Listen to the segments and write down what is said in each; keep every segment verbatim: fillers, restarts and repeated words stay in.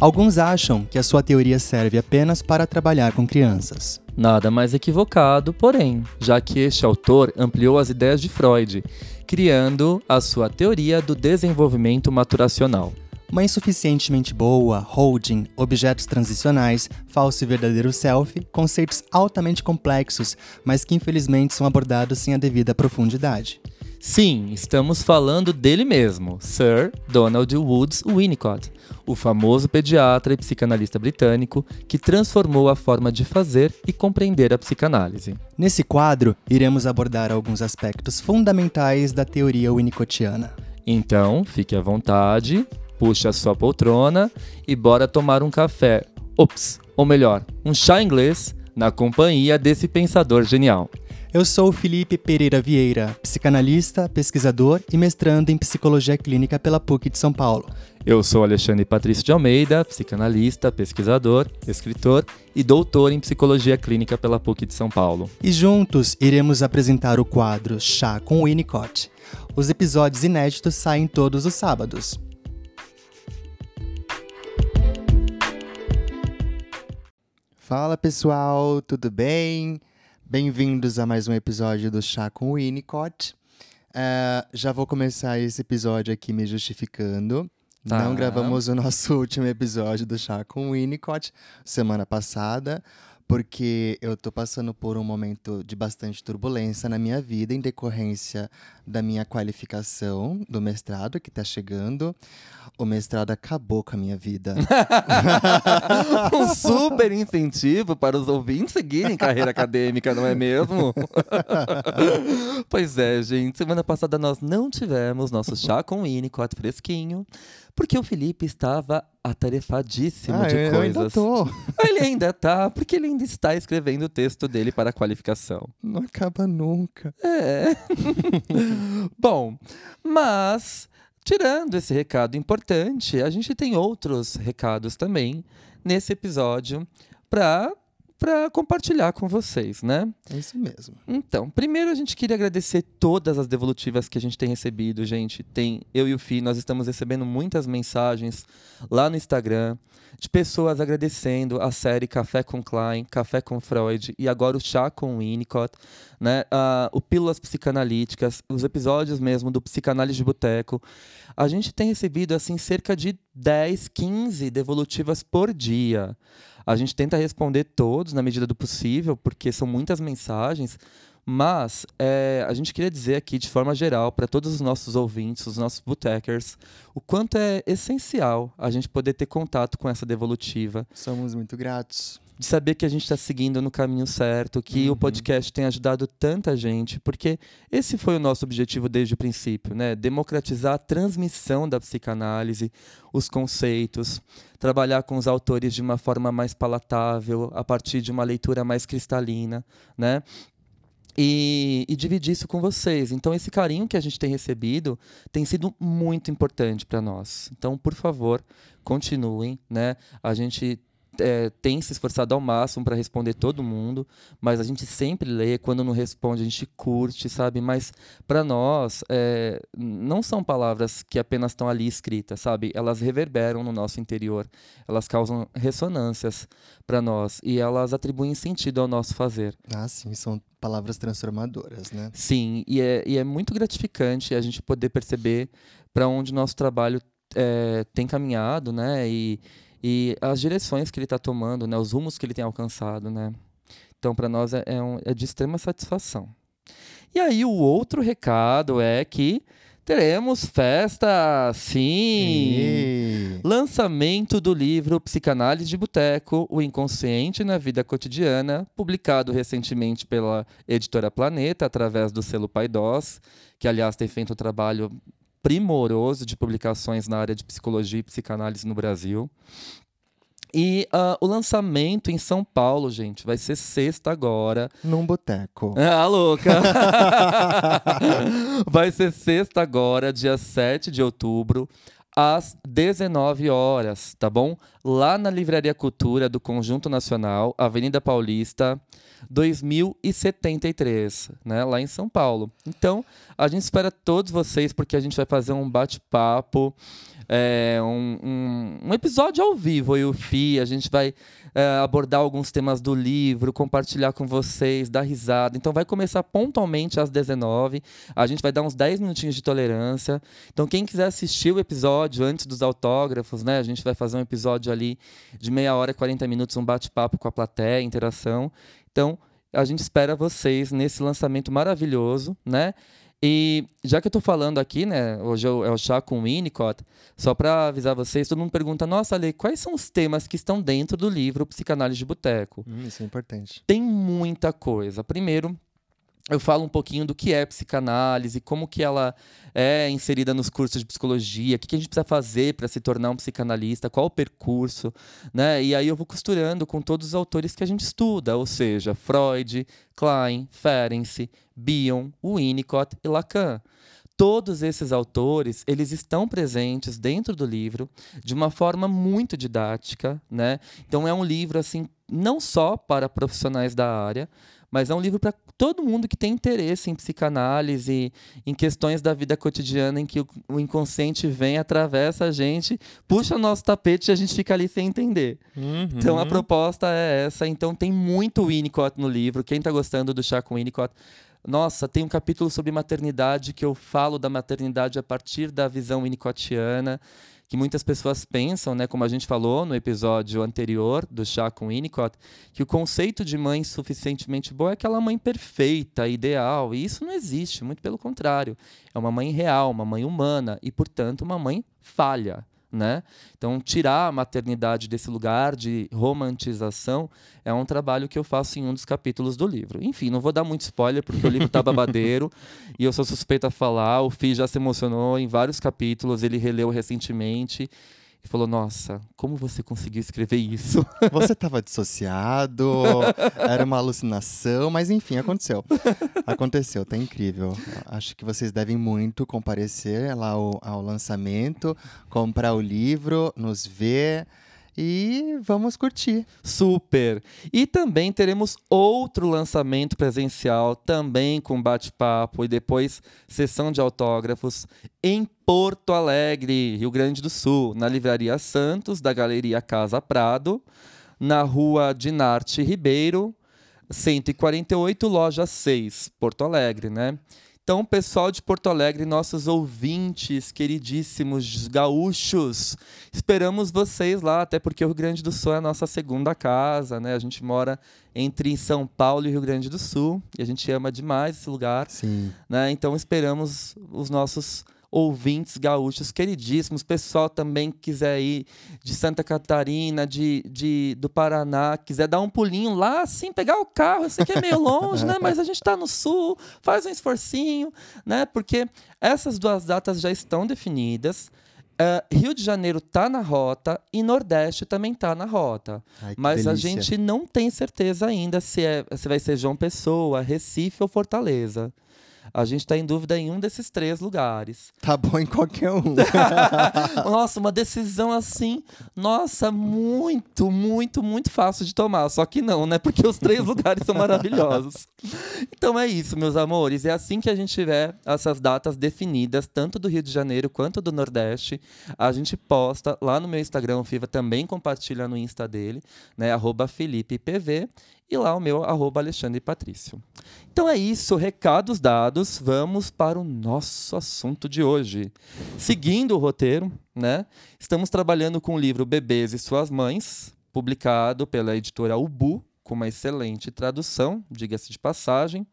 Alguns acham que a sua teoria serve apenas para trabalhar com crianças. Nada mais equivocado, porém, já que este autor ampliou as ideias de Freud, criando a sua teoria do desenvolvimento maturacional. Uma insuficientemente boa, holding, objetos transicionais, falso e verdadeiro self, conceitos altamente complexos, mas que infelizmente são abordados sem a devida profundidade. Sim, estamos falando dele mesmo, Sir Donald Woods Winnicott, o famoso pediatra e psicanalista britânico que transformou a forma de fazer e compreender a psicanálise. Nesse quadro, iremos abordar alguns aspectos fundamentais da teoria winnicottiana. Então, fique à vontade, puxe a sua poltrona e bora tomar um café, ops, ou melhor, um chá inglês, na companhia desse pensador genial. Eu sou o Felipe Pereira Vieira, psicanalista, pesquisador e mestrando em psicologia clínica pela P U C de São Paulo. Eu sou Alexandre Patrício de Almeida, psicanalista, pesquisador, escritor e doutor em psicologia clínica pela P U C de São Paulo. E juntos iremos apresentar o quadro Chá com Winnicott. Os episódios inéditos saem todos os sábados. Fala pessoal, tudo bem? Bem-vindos a mais um episódio do Chá com Winnicott. Uh, já vou começar esse episódio aqui me justificando. Tá. Não gravamos o nosso último episódio do Chá com Winnicott semana passada, porque eu tô passando por um momento de bastante turbulência na minha vida em decorrência da minha qualificação do mestrado que tá chegando. O mestrado acabou com a minha vida. Um super incentivo para os ouvintes seguirem carreira acadêmica, não é mesmo? Pois é, gente. Semana passada nós não tivemos nosso chá com Winnicott fresquinho, porque o Felipe estava atarefadíssimo ah, de eu coisas. Ainda tô. Ele ainda tá, porque ele ainda está escrevendo o texto dele para a qualificação. Não acaba nunca. É. Bom, mas... tirando esse recado importante, a gente tem outros recados também nesse episódio para para compartilhar com vocês, né? É isso mesmo. Então, primeiro a gente queria agradecer todas as devolutivas que a gente tem recebido, gente. Tem, eu e o Fih, nós estamos recebendo muitas mensagens lá no Instagram de pessoas agradecendo a série Café com Klein, Café com Freud e agora o Chá com Winnicott, né? Uh, o Pílulas Psicanalíticas, os episódios mesmo do Psicanálise de Boteco. A gente tem recebido assim cerca de dez, quinze devolutivas por dia. A gente tenta responder todos na medida do possível, porque são muitas mensagens, mas é, a gente queria dizer aqui, de forma geral, para todos os nossos ouvintes, os nossos botecers, o quanto é essencial a gente poder ter contato com essa devolutiva. Somos muito gratos. De saber que a gente está seguindo no caminho certo, que uhum. o podcast tem ajudado tanta gente, porque esse foi o nosso objetivo desde o princípio, né? Democratizar a transmissão da psicanálise, os conceitos, trabalhar com os autores de uma forma mais palatável, a partir de uma leitura mais cristalina, né? E, e dividir isso com vocês. Então, esse carinho que a gente tem recebido tem sido muito importante para nós. Então, por favor, continuem, né? A gente É, tem se esforçado ao máximo para responder todo mundo, mas a gente sempre lê, quando não responde a gente curte, sabe? Mas para nós é, não são palavras que apenas estão ali escritas, sabe? Elas reverberam no nosso interior, elas causam ressonâncias para nós e elas atribuem sentido ao nosso fazer. Ah, sim, são palavras transformadoras, né? Sim, e é, e é muito gratificante a gente poder perceber para onde o nosso trabalho é, tem caminhado, né? E E as direções que ele está tomando, né, os rumos que ele tem alcançado, né? Então, para nós é, é, um, é de extrema satisfação. E aí, o outro recado é que teremos festa, sim! E... lançamento do livro Psicanálise de Boteco, O Inconsciente na Vida Cotidiana, publicado recentemente pela editora Planeta, através do selo Paidós, que, aliás, tem feito um trabalho primoroso de publicações na área de psicologia e psicanálise no Brasil. E uh, o lançamento em São Paulo, gente, vai ser sexta agora. Num boteco. Ah, louca! Vai ser sexta agora, dia sete de outubro, às dezenove horas, tá bom? Lá na Livraria Cultura do Conjunto Nacional, Avenida Paulista, dois mil e setenta e três, né? Lá em São Paulo. Então, a gente espera todos vocês, porque a gente vai fazer um bate-papo, é, um, um, um episódio ao vivo, eu e o Fih, a gente vai é, abordar alguns temas do livro, compartilhar com vocês, dar risada. Então vai começar pontualmente às dezenove, a gente vai dar uns dez minutinhos de tolerância. Então quem quiser assistir o episódio antes dos autógrafos, né, a gente vai fazer um episódio ali de meia hora, quarenta minutos, um bate-papo com a plateia, interação. Então a gente espera vocês nesse lançamento maravilhoso, né? E já que eu estou falando aqui, né, hoje é o Chá com o Winnicott, só para avisar vocês, todo mundo pergunta, nossa, Ale, quais são os temas que estão dentro do livro Psicanálise de Boteco? Hum, isso é importante. Tem muita coisa. Primeiro, eu falo um pouquinho do que é psicanálise, como que ela é inserida nos cursos de psicologia, o que a gente precisa fazer para se tornar um psicanalista, qual o percurso, né? E aí eu vou costurando com todos os autores que a gente estuda, ou seja, Freud, Klein, Ferenczi, Bion, Winnicott e Lacan. Todos esses autores, eles estão presentes dentro do livro de uma forma muito didática, né? Então é um livro assim, não só para profissionais da área, mas é um livro para todo mundo que tem interesse em psicanálise, em questões da vida cotidiana, em que o inconsciente vem, atravessa a gente, puxa o nosso tapete e a gente fica ali sem entender. Uhum. Então a proposta é essa. Então tem muito Winnicott no livro. Quem está gostando do Chá com Winnicott, nossa, tem um capítulo sobre maternidade que eu falo da maternidade a partir da visão winnicottiana, que muitas pessoas pensam, né, como a gente falou no episódio anterior do Chá com Winnicott, que o conceito de mãe suficientemente boa é aquela mãe perfeita, ideal, e isso não existe, muito pelo contrário. É uma mãe real, uma mãe humana e, portanto, uma mãe falha. Né? Então, tirar a maternidade desse lugar de romantização é um trabalho que eu faço em um dos capítulos do livro. Enfim, não vou dar muito spoiler, porque o livro tá babadeiro e eu sou suspeita a falar. O Fih já se emocionou em vários capítulos, ele releu recentemente e falou, nossa, como você conseguiu escrever isso? Você estava dissociado, era uma alucinação, mas enfim, aconteceu. Aconteceu, tá incrível. Acho que vocês devem muito comparecer lá ao, ao lançamento, comprar o livro, nos ver e vamos curtir. Super! E também teremos outro lançamento presencial, também com bate-papo e depois sessão de autógrafos em Porto Alegre, Rio Grande do Sul, na Livraria Santos, da Galeria Casa Prado, na Rua Dinarte Ribeiro, cento e quarenta e oito, loja seis, Porto Alegre, né? Então, pessoal de Porto Alegre, nossos ouvintes, queridíssimos gaúchos, esperamos vocês lá, até porque o Rio Grande do Sul é a nossa segunda casa, né? A gente mora entre São Paulo e Rio Grande do Sul, e a gente ama demais esse lugar. Sim. Né? Então, esperamos os nossos ouvintes gaúchos queridíssimos, pessoal também que quiser ir de Santa Catarina, de, de, do Paraná, quiser dar um pulinho lá, assim, pegar o carro, eu sei que é meio longe, né? Mas a gente está no sul, faz um esforcinho, né? Porque essas duas datas já estão definidas. Uh, Rio de Janeiro está na rota e Nordeste também está na rota. Ai, mas delícia. A gente não tem certeza ainda se, é, se vai ser João Pessoa, Recife ou Fortaleza. A gente está em dúvida em um desses três lugares. Tá bom em qualquer um. Nossa, uma decisão assim, nossa, muito, muito, muito fácil de tomar. Só que não, né? Porque os três lugares são maravilhosos. Então é isso, meus amores. É assim que a gente tiver essas datas definidas, tanto do Rio de Janeiro quanto do Nordeste, a gente posta lá no meu Instagram, o Fiva também compartilha no Insta dele, né? arroba Felipe P V. E lá o meu, arroba Alexandre Patrício. Então é isso, recados dados, vamos para o nosso assunto de hoje. Seguindo o roteiro, né, estamos trabalhando com o livro Bebês e Suas Mães, publicado pela editora Ubu, com uma excelente tradução, diga-se de passagem,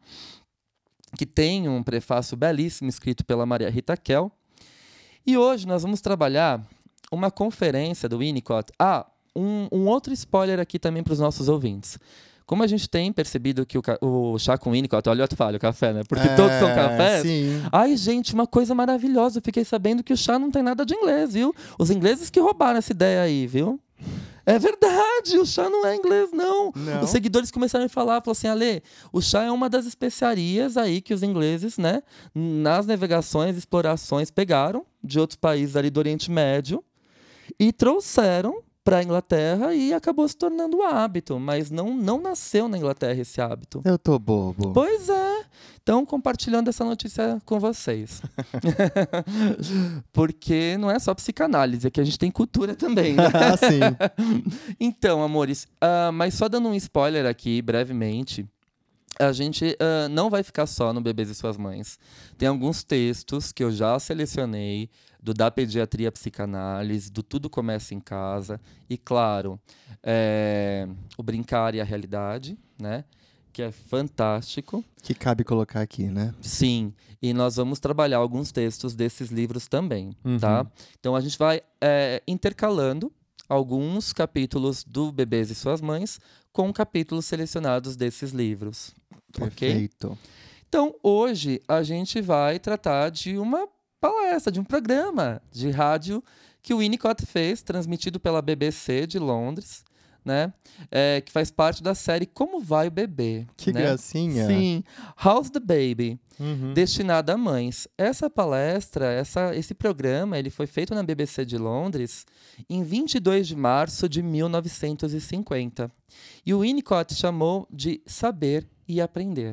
que tem um prefácio belíssimo escrito pela Maria Rita Kell. E hoje nós vamos trabalhar uma conferência do Winnicott. Ah, um, um outro spoiler aqui também para os nossos ouvintes. Como a gente tem percebido que o, o Chá com Winnicott, olha eu falo, o café, né? Porque é, todos são cafés. Sim. Ai, gente, uma coisa maravilhosa. Eu fiquei sabendo que o chá não tem nada de inglês, viu? Os ingleses que roubaram essa ideia aí, viu? É verdade, o chá não é inglês, não. Não? Os seguidores começaram a falar, falaram assim, Ale, o chá é uma das especiarias aí que os ingleses, né, nas navegações, explorações, pegaram de outros países ali do Oriente Médio e trouxeram para a Inglaterra e acabou se tornando hábito, mas não, não nasceu na Inglaterra esse hábito. Eu tô bobo. Pois é. Então, compartilhando essa notícia com vocês. Porque não é só psicanálise, é que a gente tem cultura também, né? Ah, sim. Então, amores, uh, mas só dando um spoiler aqui, brevemente, a gente uh, não vai ficar só no Bebês e Suas Mães. Tem alguns textos que eu já selecionei, do Da Pediatria à Psicanálise, do Tudo Começa em Casa, e, claro, é, o Brincar e a Realidade, né? Que é fantástico. Que cabe colocar aqui, né? Sim, e nós vamos trabalhar alguns textos desses livros também, Uhum. tá? Então a gente vai é, intercalando alguns capítulos do Bebês e Suas Mães com capítulos selecionados desses livros, ok? Perfeito. Então hoje a gente vai tratar de uma palestra, de um programa de rádio que o Winnicott fez, transmitido pela B B C de Londres, né? É, que faz parte da série Como Vai o Bebê. Que né? gracinha. Sim. How's the Baby? Uhum. Destinada a mães. Essa palestra, essa, esse programa, ele foi feito na B B C de Londres em vinte e dois de março de mil novecentos e cinquenta. E o Winnicott chamou de Saber e Aprender.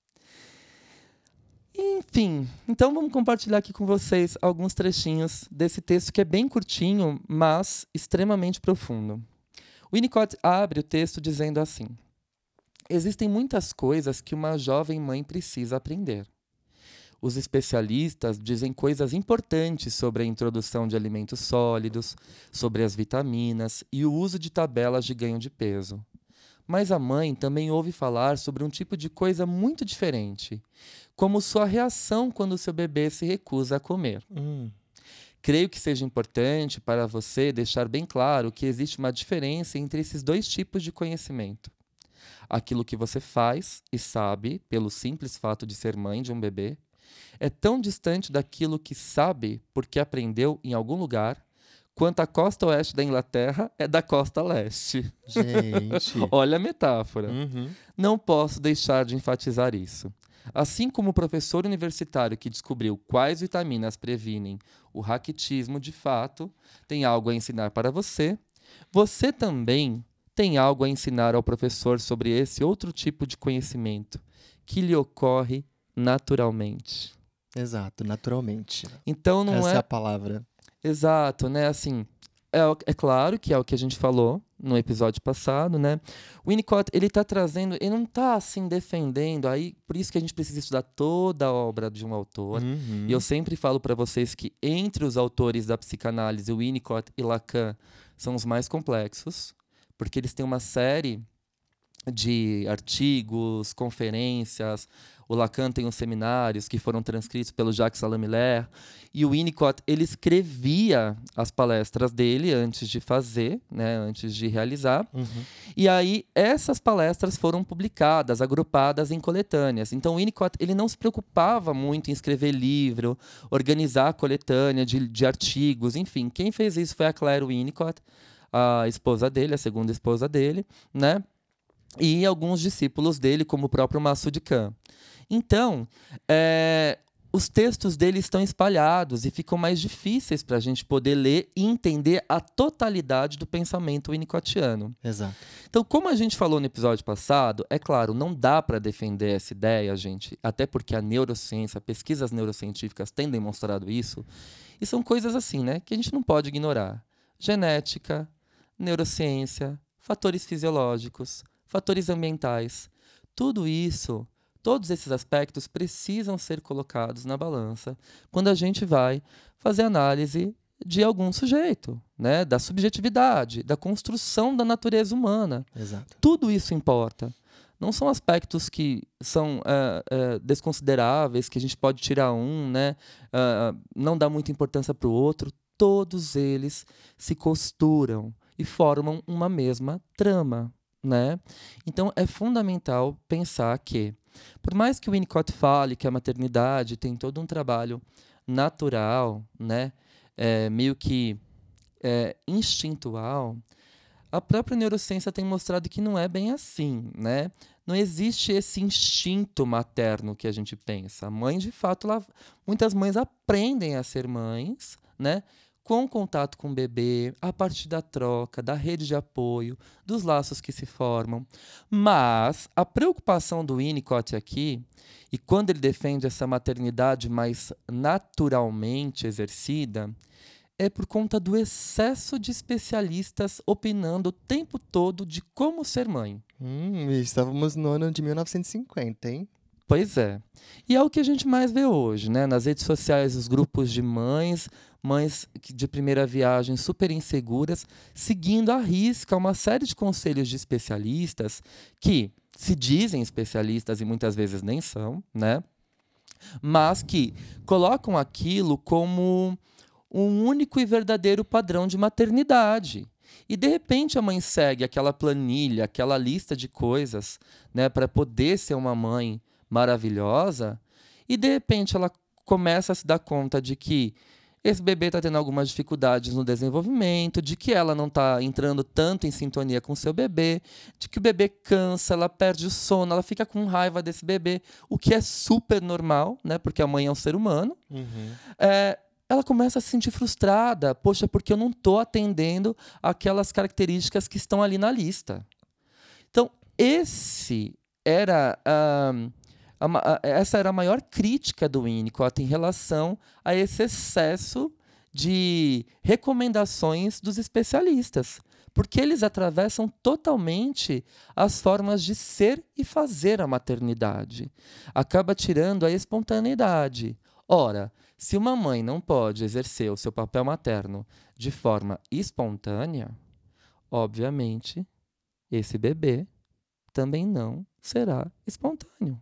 Enfim, então vamos compartilhar aqui com vocês alguns trechinhos desse texto que é bem curtinho, mas extremamente profundo. O Winnicott abre o texto dizendo assim: existem muitas coisas que uma jovem mãe precisa aprender. Os especialistas dizem coisas importantes sobre a introdução de alimentos sólidos, sobre as vitaminas e o uso de tabelas de ganho de peso. Mas a mãe também ouve falar sobre um tipo de coisa muito diferente, como sua reação quando seu bebê se recusa a comer. Hum. Creio que seja importante para você deixar bem claro que existe uma diferença entre esses dois tipos de conhecimento. Aquilo que você faz e sabe, pelo simples fato de ser mãe de um bebê, é tão distante daquilo que sabe porque aprendeu em algum lugar, quanto a costa oeste da Inglaterra é da costa leste. Gente. Olha a metáfora. Uhum. Não posso deixar de enfatizar isso. Assim como o professor universitário que descobriu quais vitaminas previnem o raquitismo de fato tem algo a ensinar para você, você também tem algo a ensinar ao professor sobre esse outro tipo de conhecimento que lhe ocorre naturalmente. Exato, naturalmente. Então não Essa é é... a palavra. Exato, né? Assim, é, é claro que é o que a gente falou no episódio passado, né? O Winnicott, ele tá trazendo, ele não tá assim defendendo, aí por isso que a gente precisa estudar toda a obra de um autor. Uhum. E eu sempre falo para vocês que entre os autores da psicanálise, o Winnicott e Lacan são os mais complexos, porque eles têm uma série de artigos, conferências. O Lacan tem os seminários que foram transcritos pelo Jacques Alain Miller. E o Winnicott, ele escrevia as palestras dele antes de fazer, né, antes de realizar. Uhum. E aí, essas palestras foram publicadas, agrupadas em coletâneas. Então, o Winnicott, ele não se preocupava muito em escrever livro, organizar a coletânea de, de artigos, enfim. Quem fez isso foi a Claire Winnicott, a esposa dele, a segunda esposa dele, né? E alguns discípulos dele, como o próprio Massoud Khan. Então, é, os textos dele estão espalhados e ficam mais difíceis para a gente poder ler e entender a totalidade do pensamento winnicottiano. Exato. Então, como a gente falou no episódio passado, é claro, não dá para defender essa ideia, gente, até porque a neurociência, pesquisas neurocientíficas têm demonstrado isso, e são coisas assim, né, que a gente não pode ignorar. Genética, neurociência, fatores fisiológicos, fatores ambientais, tudo isso, todos esses aspectos precisam ser colocados na balança quando a gente vai fazer análise de algum sujeito, né? Da subjetividade, da construção da natureza humana. Exato. Tudo isso importa. Não são aspectos que são é, é, desconsideráveis, que a gente pode tirar um, né? É, não dá muita importância para o outro. Todos eles se costuram e formam uma mesma trama. Né? Então, é fundamental pensar que, por mais que o Winnicott fale que a maternidade tem todo um trabalho natural, né? É, meio que é, instintual, a própria neurociência tem mostrado que não é bem assim, né? Não existe esse instinto materno que a gente pensa. A mãe, de fato, ela, muitas mães aprendem a ser mães, né? Com contato com o bebê, a partir da troca, da rede de apoio, dos laços que se formam. Mas a preocupação do Winnicott aqui, e quando ele defende essa maternidade mais naturalmente exercida, é por conta do excesso de especialistas opinando o tempo todo de como ser mãe. Hum, e estávamos no ano de mil novecentos e cinquenta, hein? Pois é. E é o que a gente mais vê hoje, né? Nas redes sociais, os grupos de mães, mães de primeira viagem super inseguras, seguindo à risca uma série de conselhos de especialistas que se dizem especialistas e muitas vezes nem são, né? Mas que colocam aquilo como um único e verdadeiro padrão de maternidade. E, de repente, a mãe segue aquela planilha, aquela lista de coisas, né, para poder ser uma mãe maravilhosa, e, de repente, ela começa a se dar conta de que esse bebê está tendo algumas dificuldades no desenvolvimento, de que ela não está entrando tanto em sintonia com o seu bebê, de que o bebê cansa, ela perde o sono, ela fica com raiva desse bebê, o que é super normal, né, porque a mãe é um ser humano. Uhum. É, ela começa a se sentir frustrada. Poxa, porque eu não estou atendendo aquelas características que estão ali na lista. Então, esse era, ah, a, a, essa era a maior crítica do Winnicott em relação a esse excesso de recomendações dos especialistas. Porque eles atravessam totalmente as formas de ser e fazer a maternidade. Acaba tirando a espontaneidade. Ora, se uma mãe não pode exercer o seu papel materno de forma espontânea, obviamente, esse bebê também não será espontâneo.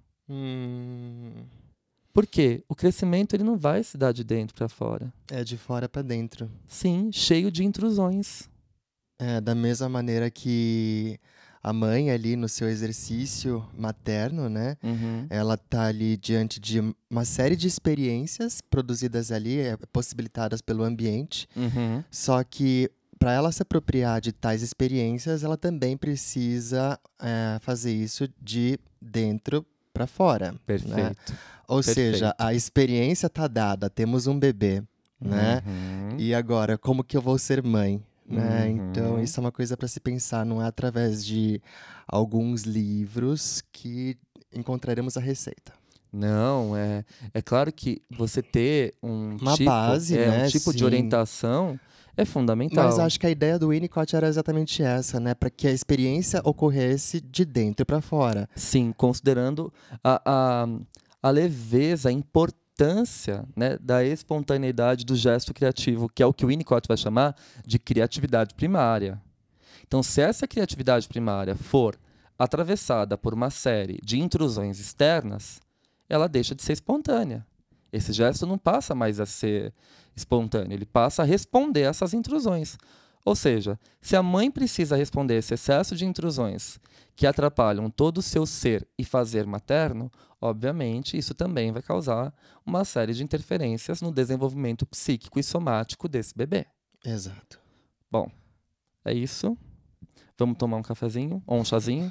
Hum, Por quê? O crescimento ele não vai se dar de dentro para fora. é de fora para dentro. Sim, cheio de intrusões. É, da mesma maneira que a mãe ali no seu exercício materno, né? Uhum. Ela tá ali diante de uma série de experiências produzidas ali, é, possibilitadas pelo ambiente. Uhum. Só que para ela se apropriar de tais experiências, ela também precisa é, fazer isso de dentro para fora, né? Perfeito. Ou seja, Perfeito. a experiência tá dada, temos um bebê, né? Uhum. E agora, como que eu vou ser mãe? Né? Uhum. Então, isso é uma coisa para se pensar, não é através de alguns livros que encontraremos a receita. Não, é, é claro que você ter um Uma tipo, base, é, um né? tipo de Sim. orientação é fundamental. Mas acho que a ideia do Winnicott era exatamente essa, né? Para que a experiência ocorresse de dentro para fora. Sim, considerando a, a, a leveza, a importância, né, da espontaneidade do gesto criativo, que é o que o Winnicott vai chamar de criatividade primária. Então, se essa criatividade primária for atravessada por uma série de intrusões externas, ela deixa de ser espontânea. Esse gesto não passa mais a ser espontâneo, ele passa a responder a essas intrusões. Ou seja, se a mãe precisa responder a esse excesso de intrusões que atrapalham todo o seu ser e fazer materno, obviamente isso também vai causar uma série de interferências no desenvolvimento psíquico e somático desse bebê. Exato. Bom, é isso. Vamos tomar um cafezinho ou um chazinho?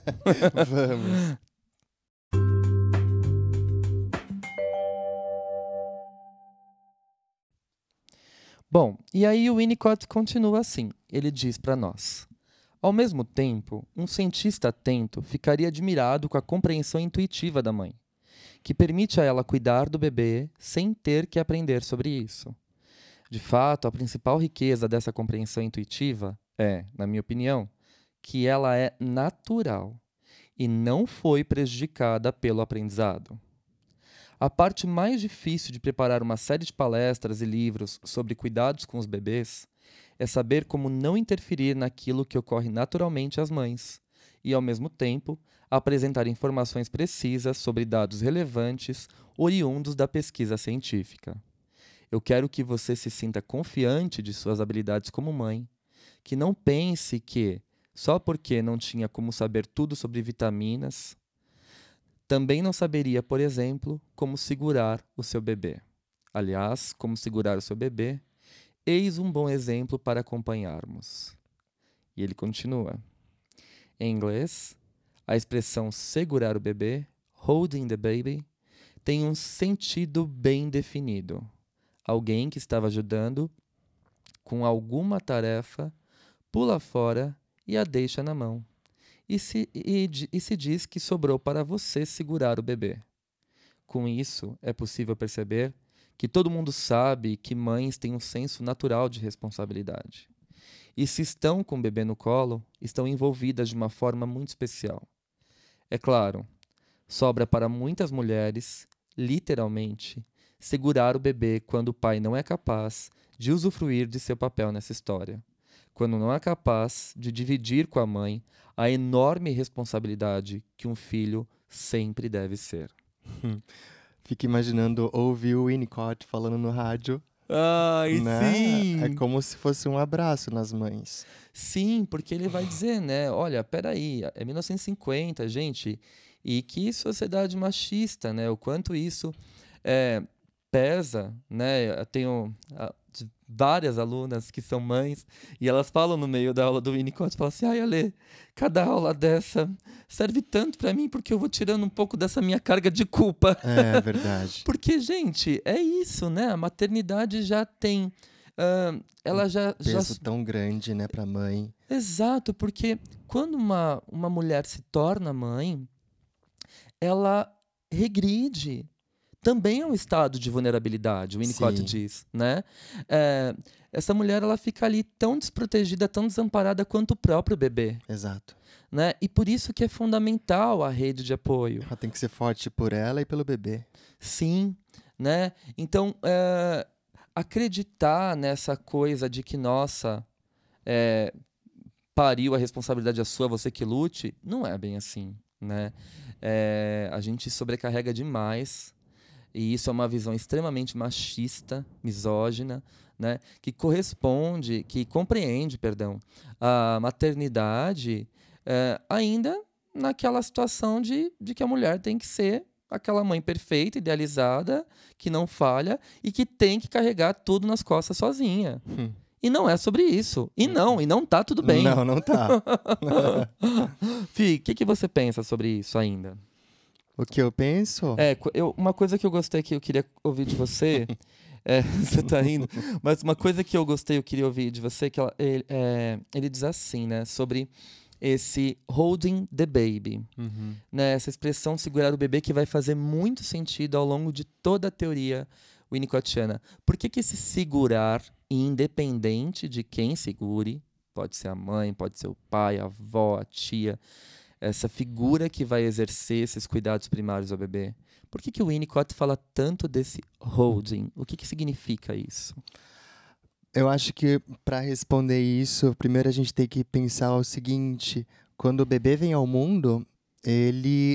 Vamos. Bom, e aí o Winnicott continua assim. Ele diz para nós: ao mesmo tempo, um cientista atento ficaria admirado com a compreensão intuitiva da mãe, que permite a ela cuidar do bebê sem ter que aprender sobre isso. De fato, a principal riqueza dessa compreensão intuitiva é, na minha opinião, que ela é natural e não foi prejudicada pelo aprendizado. A parte mais difícil de preparar uma série de palestras e livros sobre cuidados com os bebês é saber como não interferir naquilo que ocorre naturalmente às mães e, ao mesmo tempo, apresentar informações precisas sobre dados relevantes oriundos da pesquisa científica. Eu quero que você se sinta confiante de suas habilidades como mãe, que não pense que, só porque não tinha como saber tudo sobre vitaminas, também não saberia, por exemplo, como segurar o seu bebê. Aliás, como segurar o seu bebê, eis um bom exemplo para acompanharmos. E ele continua. Em inglês, a expressão segurar o bebê, holding the baby, tem um sentido bem definido. Alguém que estava ajudando com alguma tarefa, pula fora e a deixa na mão. E se, e, e se diz que sobrou para você segurar o bebê. Com isso, é possível perceber que todo mundo sabe que mães têm um senso natural de responsabilidade. E se estão com o bebê no colo, estão envolvidas de uma forma muito especial. É claro, sobra para muitas mulheres, literalmente, segurar o bebê quando o pai não é capaz de usufruir de seu papel nessa história. Quando não é capaz de dividir com a mãe a enorme responsabilidade que um filho sempre deve ser. Fico imaginando ouvir o Winnicott falando no rádio. Ai, Né? sim! É como se fosse um abraço nas mães. Sim, porque ele vai dizer, né? Olha, peraí, é mil novecentos e cinquenta, gente, e que sociedade machista, né? O quanto isso é, pesa, né? Eu tenho ah, de- várias alunas que são mães e elas falam no meio da aula do Winnicott, falam assim, ai, Ale, cada aula dessa serve tanto pra mim porque eu vou tirando um pouco dessa minha carga de culpa. É verdade. Porque, gente, é isso, né? A maternidade já tem. ah, ela já, já. Peso tão grande, né, pra mãe. Exato, porque quando uma, uma mulher se torna mãe, ela regride. Também é um estado de vulnerabilidade, o Winnicott Sim. diz, né? É, essa mulher ela fica ali tão desprotegida, tão desamparada quanto o próprio bebê, Exato. né? E por isso que é fundamental a rede de apoio. Ela tem que ser forte por ela e pelo bebê. Sim, né? Então, é, acreditar nessa coisa de que, nossa, é, pariu, a responsabilidade é sua, você que lute, não é bem assim, né? É, a gente sobrecarrega demais e isso é uma visão extremamente machista, misógina, né? Que corresponde, que compreende, perdão, a maternidade é, ainda naquela situação de, de que a mulher tem que ser aquela mãe perfeita, idealizada, que não falha e que tem que carregar tudo nas costas sozinha. Hum. E não é sobre isso. E não, e não tá tudo bem. Não, não tá. Fih, o que, que você pensa sobre isso ainda? O que eu penso? É, co- eu, uma coisa que eu gostei que eu queria ouvir de você. É, você tá rindo. Mas uma coisa que eu gostei, eu queria ouvir de você, que ela- ele, é, ele diz assim, né? Sobre esse holding the baby. Uhum. Né, essa expressão segurar o bebê que vai fazer muito sentido ao longo de toda a teoria winnicottiana. Por que, que esse segurar, independente de quem segure, pode ser a mãe, pode ser o pai, a avó, a tia, essa figura que vai exercer esses cuidados primários ao bebê, por que, que o Winnicott fala tanto desse holding? O que, que significa isso? Eu acho que para responder isso, primeiro a gente tem que pensar o seguinte: quando o bebê vem ao mundo, ele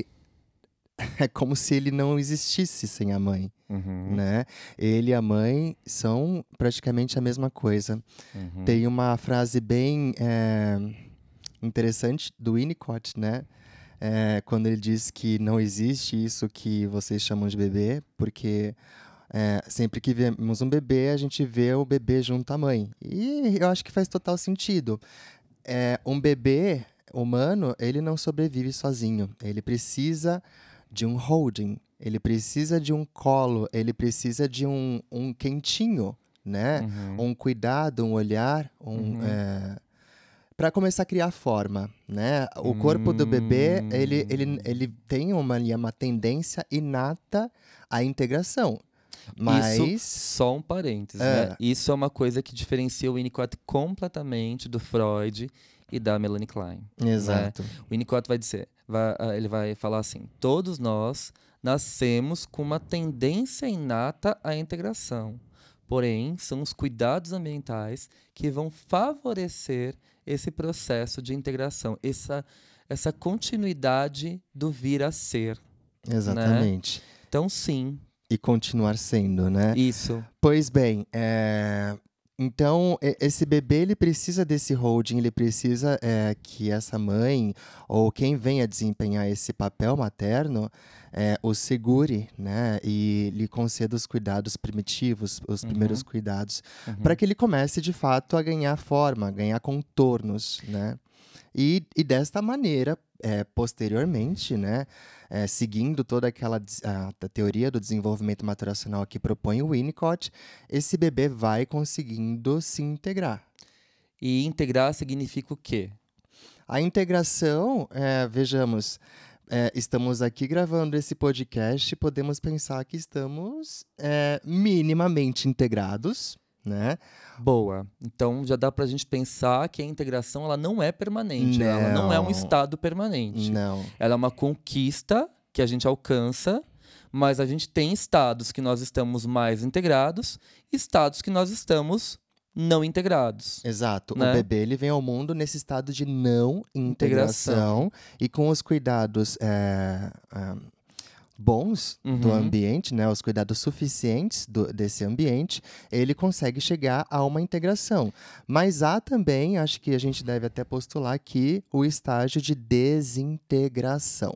é como se ele não existisse sem a mãe, Uhum, né? Ele e a mãe são praticamente a mesma coisa. uhum. Tem uma frase bem é, interessante do Winnicott, né? É, quando ele diz que não existe isso que vocês chamam de bebê, porque é, sempre que vemos um bebê, a gente vê o bebê junto à mãe. E eu acho que faz total sentido. É, um bebê humano, ele não sobrevive sozinho. Ele precisa de um holding, ele precisa de um colo, ele precisa de um, um quentinho, né? Uhum. Um cuidado, um olhar, um, Uhum. é, para começar a criar forma, né? O corpo do bebê, ele, ele, ele tem uma, ali uma tendência inata à integração. Mas Isso, só um parênteses, É. né? Isso é uma coisa que diferencia o Winnicott completamente do Freud e da Melanie Klein. Exato. O Winnicott vai dizer, vai- ah, ele vai falar assim: todos nós nascemos com uma tendência inata à integração. Porém, são os cuidados ambientais que vão favorecer esse processo de integração, essa, essa continuidade do vir a ser. Exatamente. Então, sim, E continuar sendo, né? isso. Pois bem, é, Então, e- esse bebê, ele precisa desse holding, ele precisa é, que essa mãe ou quem venha desempenhar esse papel materno é, o segure, né? E lhe conceda os cuidados primitivos, os primeiros Uhum, cuidados, para uhum. que ele comece, de fato, a ganhar forma, ganhar contornos, né? E, e desta maneira, é, posteriormente, né, é, seguindo toda aquela des- a, a teoria do desenvolvimento maturacional que propõe o Winnicott, esse bebê vai conseguindo se integrar. E integrar significa o quê? A integração, é, vejamos, é, estamos aqui gravando esse podcast, podemos pensar que estamos é, minimamente integrados, né? Boa. Então já dá para a gente pensar que a integração ela não é permanente, ela não é um Não, estado permanente. não. Ela é uma conquista que a gente alcança, mas a gente tem estados que nós estamos mais integrados, estados que nós estamos não integrados, Exato. O né? bebê ele vem ao mundo nesse estado de não Integração. integração e com os cuidados é, ah, bons do Uhum. ambiente, né, os cuidados suficientes do- desse ambiente, ele consegue chegar a uma integração. Mas há também, acho que a gente deve até postular aqui, o estágio de desintegração.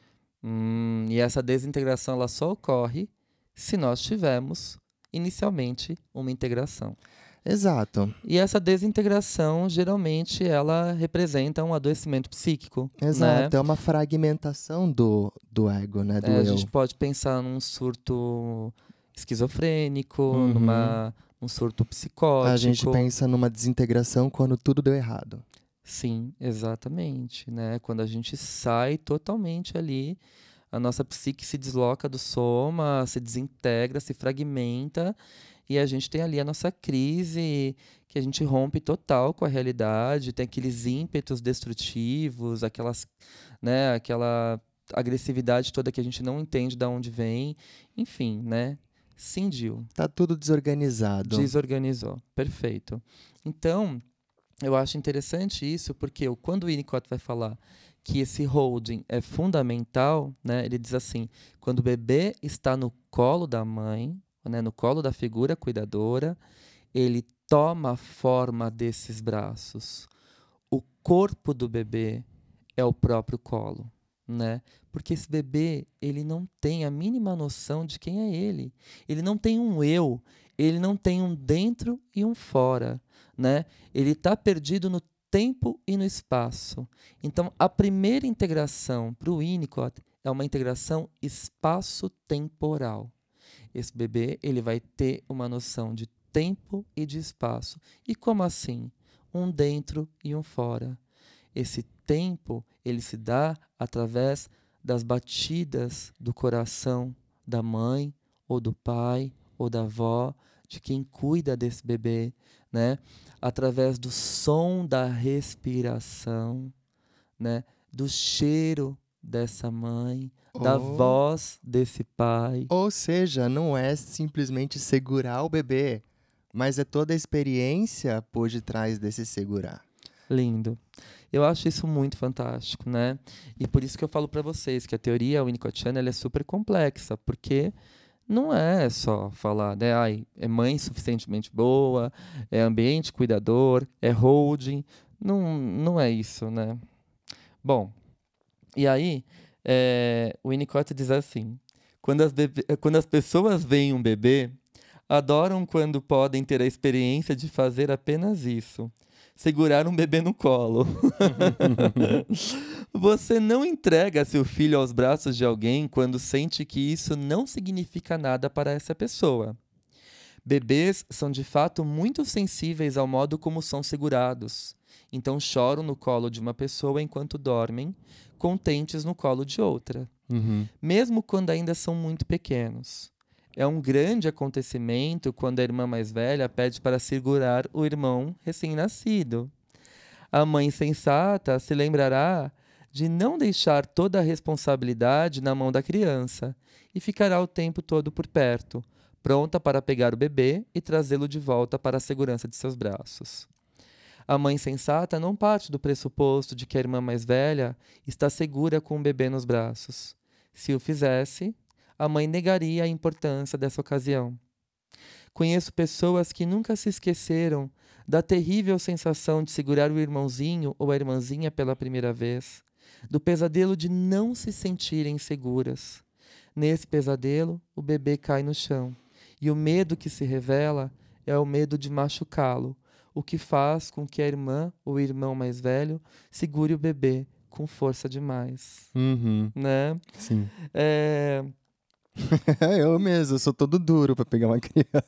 Hum, e essa desintegração ela só ocorre se nós tivermos inicialmente uma integração. Exato, E essa desintegração, geralmente, ela representa um adoecimento psíquico, né? exato. É uma fragmentação do, do ego, né, É, do a eu. gente pode pensar num surto esquizofrênico, Uhum. numa, num surto A gente psicótico. pensa numa desintegração quando tudo deu errado. Sim, exatamente, né? Quando a gente sai totalmente ali, a nossa psique se desloca do soma, se desintegra, se fragmenta, e a gente tem ali a nossa crise, que a gente rompe total com a realidade, tem aqueles ímpetos destrutivos, aquelas, né, aquela agressividade toda que a gente não entende de onde vem, enfim, né? Cindiu, Tá tudo desorganizado. desorganizou. Perfeito. Então, eu acho interessante isso, porque o- quando o Winnicott vai falar que esse holding é fundamental, né, ele diz assim: quando o bebê está no colo da mãe, né, no colo da figura cuidadora, ele toma a forma desses braços. O corpo do bebê é o próprio colo, né? Porque esse bebê, ele não tem a mínima noção de quem é ele. Ele não tem um eu, ele não tem um dentro e um fora, né? Ele está perdido no tempo e no espaço. Então, a primeira integração para o Winnicott é uma integração espaço-temporal. Esse bebê, ele vai ter uma noção de tempo e de espaço. E como assim? Um dentro e um fora. Esse tempo, ele se dá através das batidas do coração da mãe, ou do pai, ou da avó, de quem cuida desse bebê, né? Através do som da respiração, né? Do cheiro dessa mãe, da Ou, voz desse pai. ou seja, não é simplesmente segurar o bebê, mas é toda a experiência por detrás desse segurar. Lindo. Eu acho isso muito fantástico, né? E por isso que eu falo para vocês que a teoria winnicottiana ela é super complexa, porque não é só falar, né? Ai, é mãe suficientemente boa, é ambiente cuidador, é holding. Não, não é isso, né? Bom, e aí é, o Winnicott diz assim: quando as, bebê- quando as pessoas veem um bebê, adoram quando podem ter a experiência de fazer apenas isso. Segurar um bebê no colo. Você não entrega seu filho aos braços de alguém quando sente que isso não significa nada para essa pessoa. Bebês são de fato muito sensíveis ao modo como são segurados. Então choram no colo de uma pessoa enquanto dormem, contentes no colo de outra, Uhum. mesmo quando ainda são muito pequenos. É um grande acontecimento quando a irmã mais velha pede para segurar o irmão recém-nascido. A mãe sensata se lembrará de não deixar toda a responsabilidade na mão da criança e ficará o tempo todo por perto, pronta para pegar o bebê e trazê-lo de volta para a segurança de seus braços. A mãe sensata não parte do pressuposto de que a irmã mais velha está segura com o bebê nos braços. Se o fizesse, a mãe negaria a importância dessa ocasião. Conheço pessoas que nunca se esqueceram da terrível sensação de segurar o irmãozinho ou a irmãzinha pela primeira vez, do pesadelo de não se sentirem seguras. Nesse pesadelo, o bebê cai no chão, e o medo que se revela é o medo de machucá-lo, o que faz com que a irmã ou o irmão mais velho segure o bebê com força demais. Uhum. Né? Sim. É... Eu mesmo, eu sou todo duro pra pegar uma criança.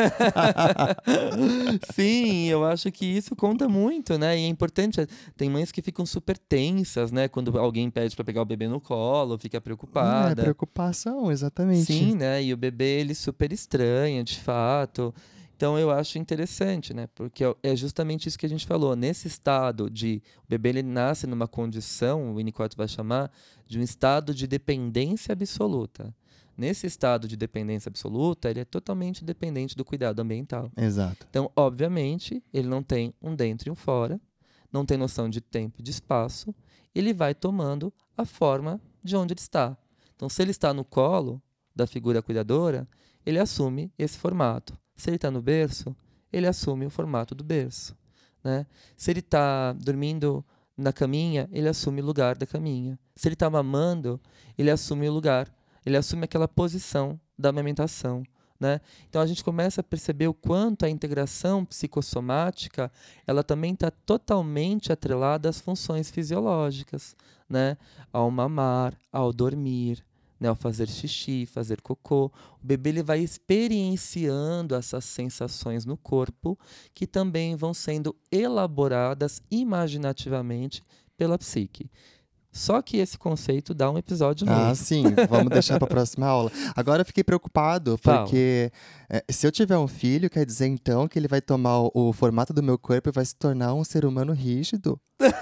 Sim, eu acho que isso conta muito, né? E é importante. Tem mães que ficam super tensas, né? Quando alguém pede pra pegar o bebê no colo, fica É, preocupada. preocupação, exatamente. Sim, né? E o bebê, ele super estranha, de fato. Então, eu acho interessante, né? Porque é justamente isso que a gente falou. Nesse estado de... O bebê, ele nasce numa condição, o Winnicott vai chamar, de um estado de dependência absoluta. Nesse estado de dependência absoluta, ele é totalmente dependente do cuidado ambiental. Exato. Então, obviamente, ele não tem um dentro e um fora, não tem noção de tempo e de espaço, ele vai tomando a forma de onde ele está. Então, se ele está no colo da figura cuidadora, ele assume esse formato. Se ele está no berço, ele assume o formato do berço. Né? Se ele está dormindo na caminha, ele assume o lugar da caminha. Se ele está mamando, ele assume o lugar, ele assume aquela posição da amamentação. Né? Então a gente começa a perceber o quanto a integração psicossomática ela também está totalmente atrelada às funções fisiológicas, né? Ao mamar, ao dormir, né? Ao fazer xixi, fazer cocô. O bebê ele vai experienciando essas sensações no corpo que também vão sendo elaboradas imaginativamente pela psique. Só que esse conceito dá um episódio novo. Ah, sim. Vamos deixar para a próxima aula. Agora eu fiquei preocupado, porque é, se eu tiver um filho, quer dizer então que ele vai tomar o, o formato do meu corpo e vai se tornar um ser humano rígido?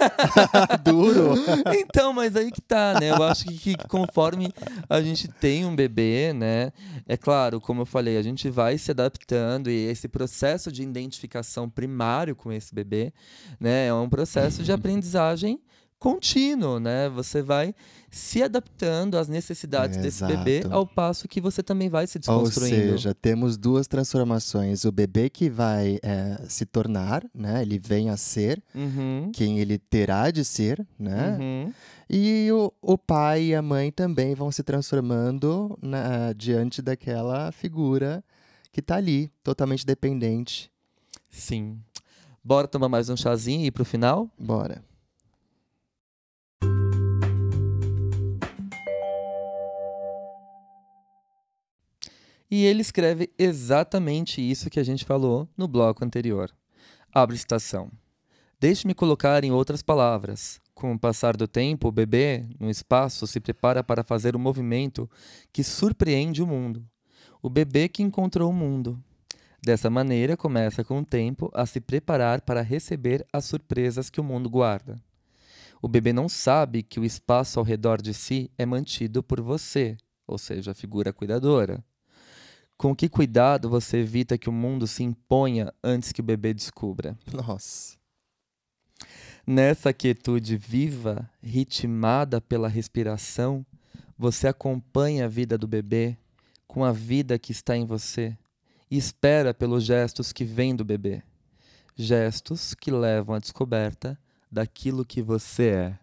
Duro. Então, mas aí que tá, né? Eu acho que, que conforme a gente tem um bebê, né? É claro, como eu falei, a gente vai se adaptando e esse processo de identificação primário com esse bebê, né? É um processo de aprendizagem contínuo, né? Você vai se adaptando às necessidades É, desse exato. bebê, ao passo que você também vai se desconstruindo. Ou seja, temos duas transformações. O bebê que vai é, se tornar, né? Ele vem a ser Uhum, quem ele terá de ser, né? uhum. E o, o pai e a mãe também vão se transformando na- diante daquela figura que tá ali, totalmente dependente. Sim. Bora tomar mais um chazinho e ir pro final? Bora. E ele escreve exatamente isso que a gente falou no bloco anterior. Abre citação. Deixe-me colocar em outras palavras. Com o passar do tempo, o bebê, no espaço, se prepara para fazer um movimento que surpreende o mundo. O bebê que encontrou o mundo. Dessa maneira, começa com o tempo a se preparar para receber as surpresas que o mundo guarda. O bebê não sabe que o espaço ao redor de si é mantido por você, ou seja, a figura cuidadora. Com que cuidado você evita que o mundo se imponha antes que o bebê descubra? Nossa. Nessa quietude viva, ritmada pela respiração, você acompanha a vida do bebê com a vida que está em você e espera pelos gestos que vêm do bebê. Gestos que levam à descoberta daquilo que você é.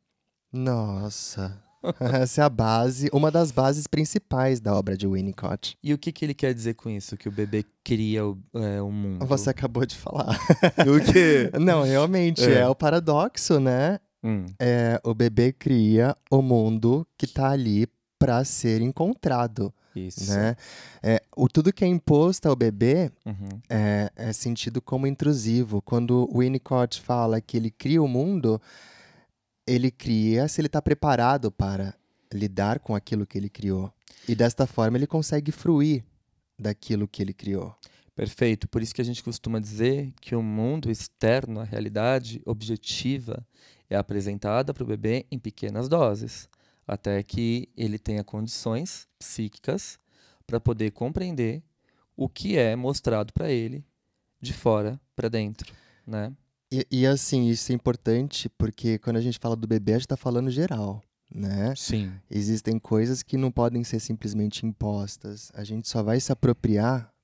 Nossa. Essa é a base, uma das bases principais da obra de Winnicott. E o que, que ele quer dizer com isso? Que o bebê cria o, é, o mundo? Você acabou de falar. O quê? Não, realmente, É. é, o paradoxo, né? Hum, É, o bebê cria o mundo que tá ali para ser encontrado, isso. né? É, o, tudo que é imposto ao bebê Uhum. é, é sentido como intrusivo. Quando o Winnicott fala que ele cria o mundo, ele cria se ele está preparado para lidar com aquilo que ele criou. E desta forma ele consegue fruir daquilo que ele criou. Perfeito. Por isso que a gente costuma dizer que o mundo externo, a realidade objetiva, é apresentada para o bebê em pequenas doses, até que ele tenha condições psíquicas para poder compreender o que é mostrado para ele de fora para dentro, né? E, e assim, isso é importante porque quando a gente fala do bebê, a gente está falando geral, né? Sim. Existem coisas que não podem ser simplesmente impostas. A gente só vai se apropriar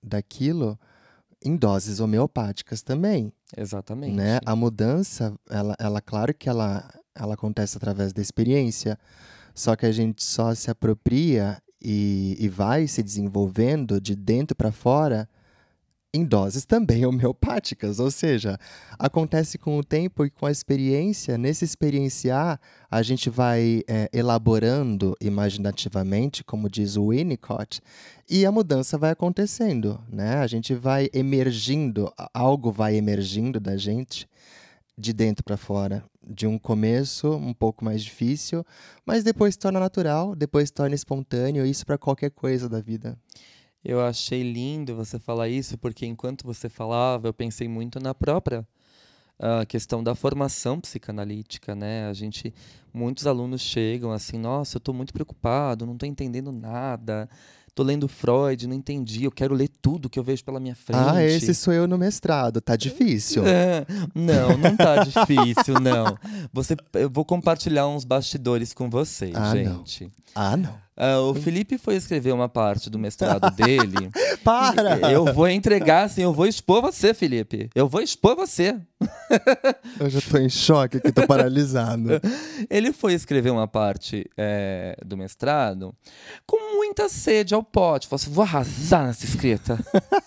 daquilo em doses homeopáticas também, Exatamente. né? A mudança, ela, ela claro que ela, ela acontece através da experiência, só que a gente só se apropria e, e vai se desenvolvendo de dentro para fora em doses também homeopáticas, ou seja, acontece com o tempo e com a experiência. Nesse experienciar, a gente vai é, elaborando imaginativamente, como diz o Winnicott, e a mudança vai acontecendo, né? A gente vai emergindo, algo vai emergindo da gente de dentro para fora, de um começo um pouco mais difícil, mas depois se torna natural, depois se torna espontâneo, isso para qualquer coisa da vida. Eu achei lindo você falar isso, porque enquanto você falava, eu pensei muito na própria a questão da formação psicanalítica, né? A gente, muitos alunos chegam assim, nossa, eu estou muito preocupado, não estou entendendo nada, estou lendo Freud, não entendi, eu quero ler tudo que eu vejo pela minha frente. Ah, esse sou eu no mestrado, tá difícil. É, não, não tá difícil, não. Você, eu vou compartilhar uns bastidores com vocês, Ah, gente. não. Ah, não. Ah, o Felipe foi escrever uma parte do mestrado dele. Para! Eu vou entregar, assim, eu vou expor você, Felipe. Eu vou expor você. Eu já tô em choque aqui, tô paralisado. Ele foi escrever uma parte é, do mestrado com muita sede ao pote. Falou assim, vou arrasar nessa escrita.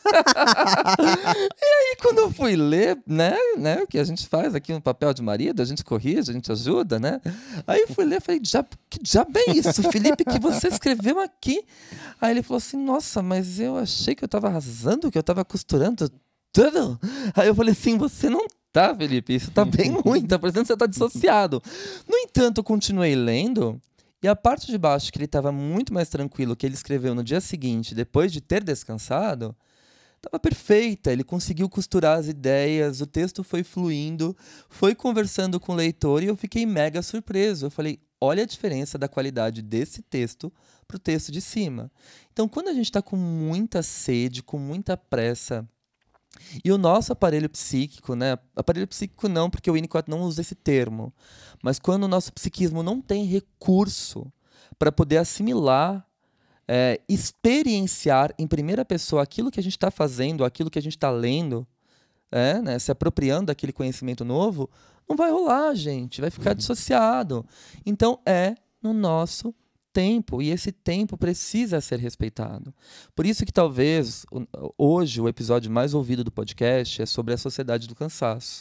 E aí, quando eu fui ler, né, né, o que a gente faz aqui no papel de marido, a gente corrige, a gente ajuda, né? Aí eu fui ler, falei, diabo, que diabo é isso, Felipe, que você escreveu aqui? Aí ele falou assim, nossa, mas eu achei que eu tava arrasando, que eu tava costurando tudo. Aí eu falei assim, você não tá, Felipe, isso tá bem ruim, tá parecendo que você tá dissociado. No entanto, eu continuei lendo, e a parte de baixo, que ele estava muito mais tranquilo, que ele escreveu no dia seguinte, depois de ter descansado, estava perfeita. Ele conseguiu costurar as ideias, o texto foi fluindo, foi conversando com o leitor, e eu fiquei mega surpreso. Eu falei, olha a diferença da qualidade desse texto para o texto de cima. Então, quando a gente está com muita sede, com muita pressa, e o nosso aparelho psíquico, né? Aparelho psíquico não, porque o Winnicott não usa esse termo. Mas quando o nosso psiquismo não tem recurso para poder assimilar, é, experienciar em primeira pessoa aquilo que a gente está fazendo, aquilo que a gente está lendo, é, né? Se apropriando daquele conhecimento novo, não vai rolar, gente. Vai ficar dissociado. Então, é no nosso tempo, e esse tempo precisa ser respeitado. Por isso que talvez hoje o episódio mais ouvido do podcast é sobre a Sociedade do Cansaço.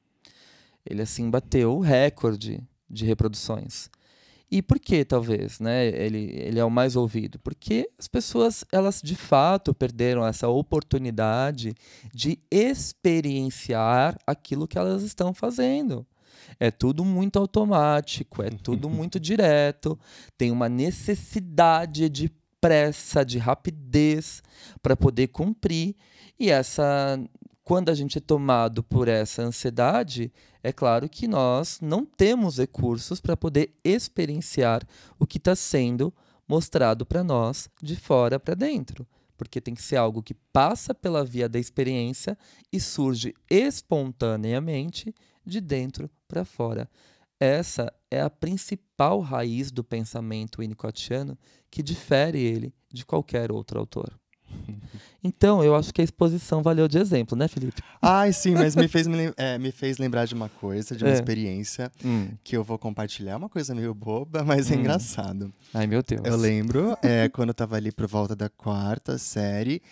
Ele assim bateu o recorde de reproduções. E por que talvez, né, ele, ele é o mais ouvido? Porque as pessoas, elas de fato perderam essa oportunidade de experienciar aquilo que elas estão fazendo. É tudo muito automático, é tudo muito direto, tem uma necessidade de pressa, de rapidez para poder cumprir. E essa, quando a gente é tomado por essa ansiedade, é claro que nós não temos recursos para poder experienciar o que está sendo mostrado para nós de fora para dentro. Porque tem que ser algo que passa pela via da experiência e surge espontaneamente de dentro para fora. Essa é a principal raiz do pensamento winnicottiano que difere ele de qualquer outro autor. Então, eu acho que a exposição valeu de exemplo, né, Felipe? Ai, sim, mas me fez, me, é, me fez lembrar de uma coisa, de uma É. experiência Hum. que eu vou compartilhar. Uma coisa meio boba, mas é Hum. engraçado. Ai, meu Deus. Eu lembro é, quando eu tava ali por volta da quarta série,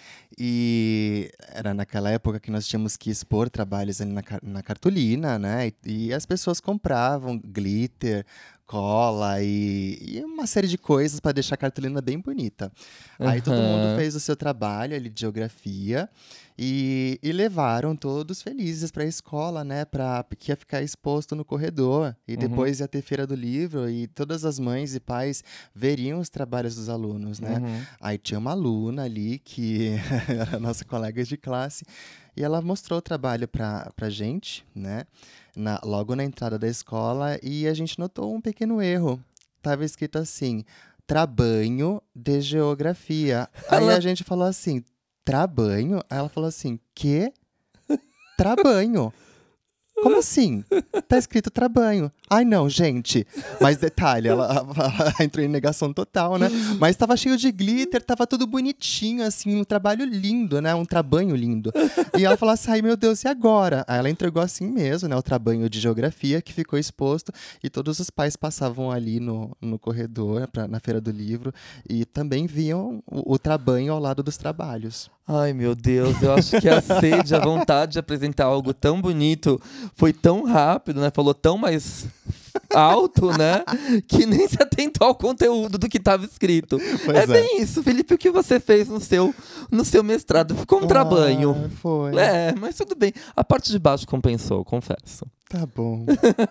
e era naquela época que nós tínhamos que expor trabalhos ali na, car- na cartolina, né? E, e as pessoas compravam glitter, cola e, e uma série de coisas para deixar a cartolina bem bonita. Aí todo mundo Aham. fez o seu trabalho ali de geografia e, e levaram todos felizes para a escola, né? Pra, porque ia ficar exposto no corredor. E Uhum. depois ia ter feira do livro e todas as mães e pais veriam os trabalhos dos alunos, né? Uhum. Aí tinha uma aluna ali que era nossa colega de classe e ela mostrou o trabalho para pra gente, né? Na, logo na entrada da escola, e a gente notou um pequeno erro. Tava escrito assim, trabanho de geografia. Aí Ela- a gente falou assim, trabanho? Aí ela falou assim, quê? Trabanho. Como assim? Tá escrito trabanho. Ai, não, gente. Mas detalhe, ela, ela entrou em negação total, né? Mas tava cheio de glitter, tava tudo bonitinho, assim, um trabalho lindo, né? Um trabanho lindo. E ela falou assim, ai, meu Deus, e agora? Aí ela entregou assim mesmo, né? O trabanho de geografia que ficou exposto. E todos os pais passavam ali no, no corredor, pra, na Feira do Livro, e também viam o, o trabanho ao lado dos trabalhos. Ai, meu Deus, eu acho que a sede, a vontade de apresentar algo tão bonito foi tão rápido, né? Falou tão mais alto, né? Que nem se atentou ao conteúdo do que estava escrito. Pois É é. bem isso, Felipe, o que você fez no seu, no seu mestrado ficou um trabanho. Ah, foi. É, mas tudo bem. A parte de baixo compensou, confesso. Tá bom.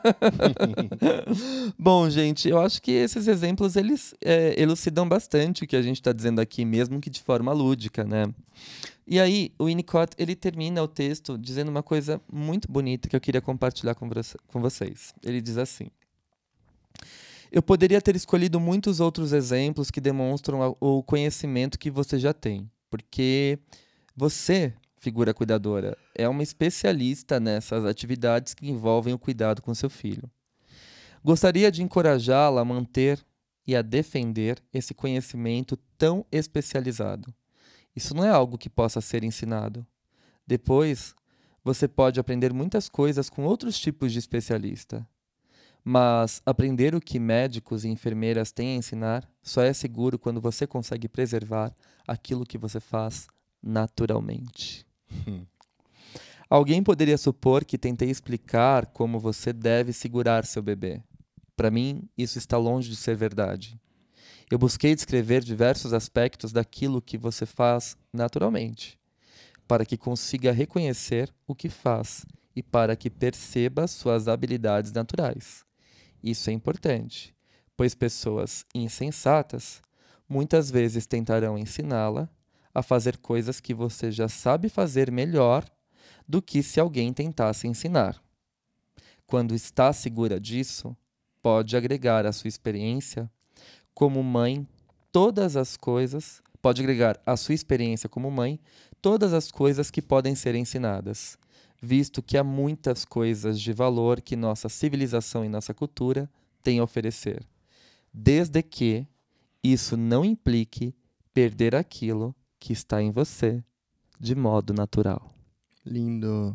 Bom, gente, eu acho que esses exemplos, eles é, elucidam bastante o que a gente está dizendo aqui, mesmo que de forma lúdica, né? E aí, o Winnicott, ele termina o texto dizendo uma coisa muito bonita que eu queria compartilhar com, com vocês. Ele diz assim: eu poderia ter escolhido muitos outros exemplos que demonstram o conhecimento que você já tem, porque você, figura cuidadora, é uma especialista nessas atividades que envolvem o cuidado com seu filho. Gostaria de encorajá-la a manter e a defender esse conhecimento tão especializado. Isso não é algo que possa ser ensinado. Depois, você pode aprender muitas coisas com outros tipos de especialista. Mas aprender o que médicos e enfermeiras têm a ensinar só é seguro quando você consegue preservar aquilo que você faz naturalmente. Hum. Alguém poderia supor que tentei explicar como você deve segurar seu bebê. Para mim, isso está longe de ser verdade. Eu busquei descrever diversos aspectos daquilo que você faz naturalmente, para que consiga reconhecer o que faz e para que perceba suas habilidades naturais. Isso é importante, pois pessoas insensatas muitas vezes tentarão ensiná-la a fazer coisas que você já sabe fazer melhor do que se alguém tentasse ensinar. Quando está segura disso, pode agregar à sua experiência como mãe todas as coisas, pode agregar à sua experiência como mãe todas as coisas que podem ser ensinadas, visto que há muitas coisas de valor que nossa civilização e nossa cultura têm a oferecer, desde que isso não implique perder aquilo que está em você de modo natural. Lindo.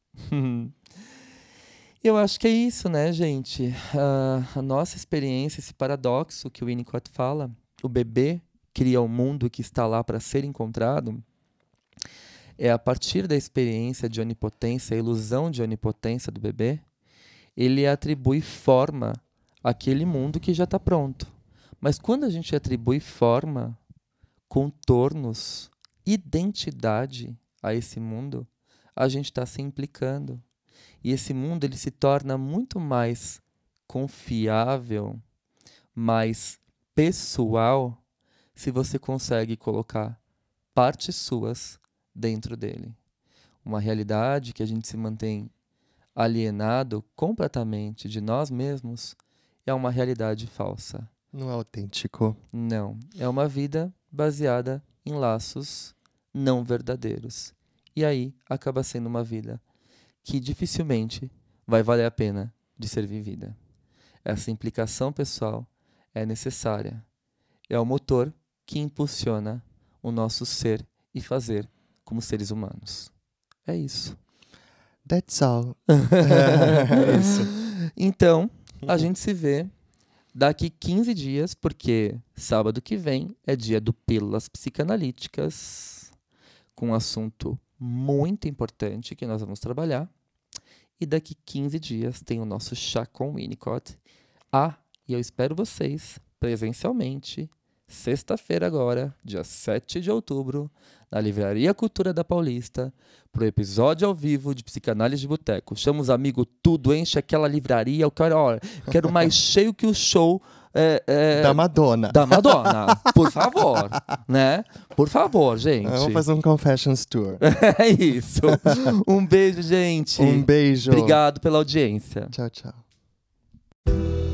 Eu acho que é isso, né, gente? Uh, a nossa experiência, esse paradoxo que o Winnicott fala, o bebê cria o mundo que está lá para ser encontrado, é a partir da experiência de onipotência, a ilusão de onipotência do bebê, ele atribui forma àquele mundo que já está pronto. Mas quando a gente atribui forma, contornos, identidade a esse mundo, a gente está se implicando. E esse mundo ele se torna muito mais confiável, mais pessoal, se você consegue colocar partes suas dentro dele. Uma realidade que a gente se mantém alienado completamente de nós mesmos é uma realidade falsa. Não é autêntico. Não. É uma vida baseada em laços não verdadeiros. E aí acaba sendo uma vida que dificilmente vai valer a pena de ser vivida. Essa implicação pessoal é necessária. É o motor que impulsiona o nosso ser e fazer como seres humanos. É isso. That's all. É isso. Então, a gente se vê daqui quinze dias, porque sábado que vem é dia do Pílulas Psicanalíticas, com um assunto muito importante que nós vamos trabalhar. E daqui quinze dias tem o nosso Chá com o Winnicott. Ah, e eu espero vocês presencialmente, sexta-feira agora, dia sete de outubro, na Livraria Cultura da Paulista, pro episódio ao vivo de Psicanálise de Boteco. Chama os amigos tudo, enche aquela livraria. Eu quero, olha, quero mais cheio que o show É, é, da Madonna. Da Madonna, por favor, né? Por favor, gente. Vamos fazer um Confessions Tour. É isso. Um beijo, gente. Um beijo. Obrigado pela audiência. Tchau, tchau.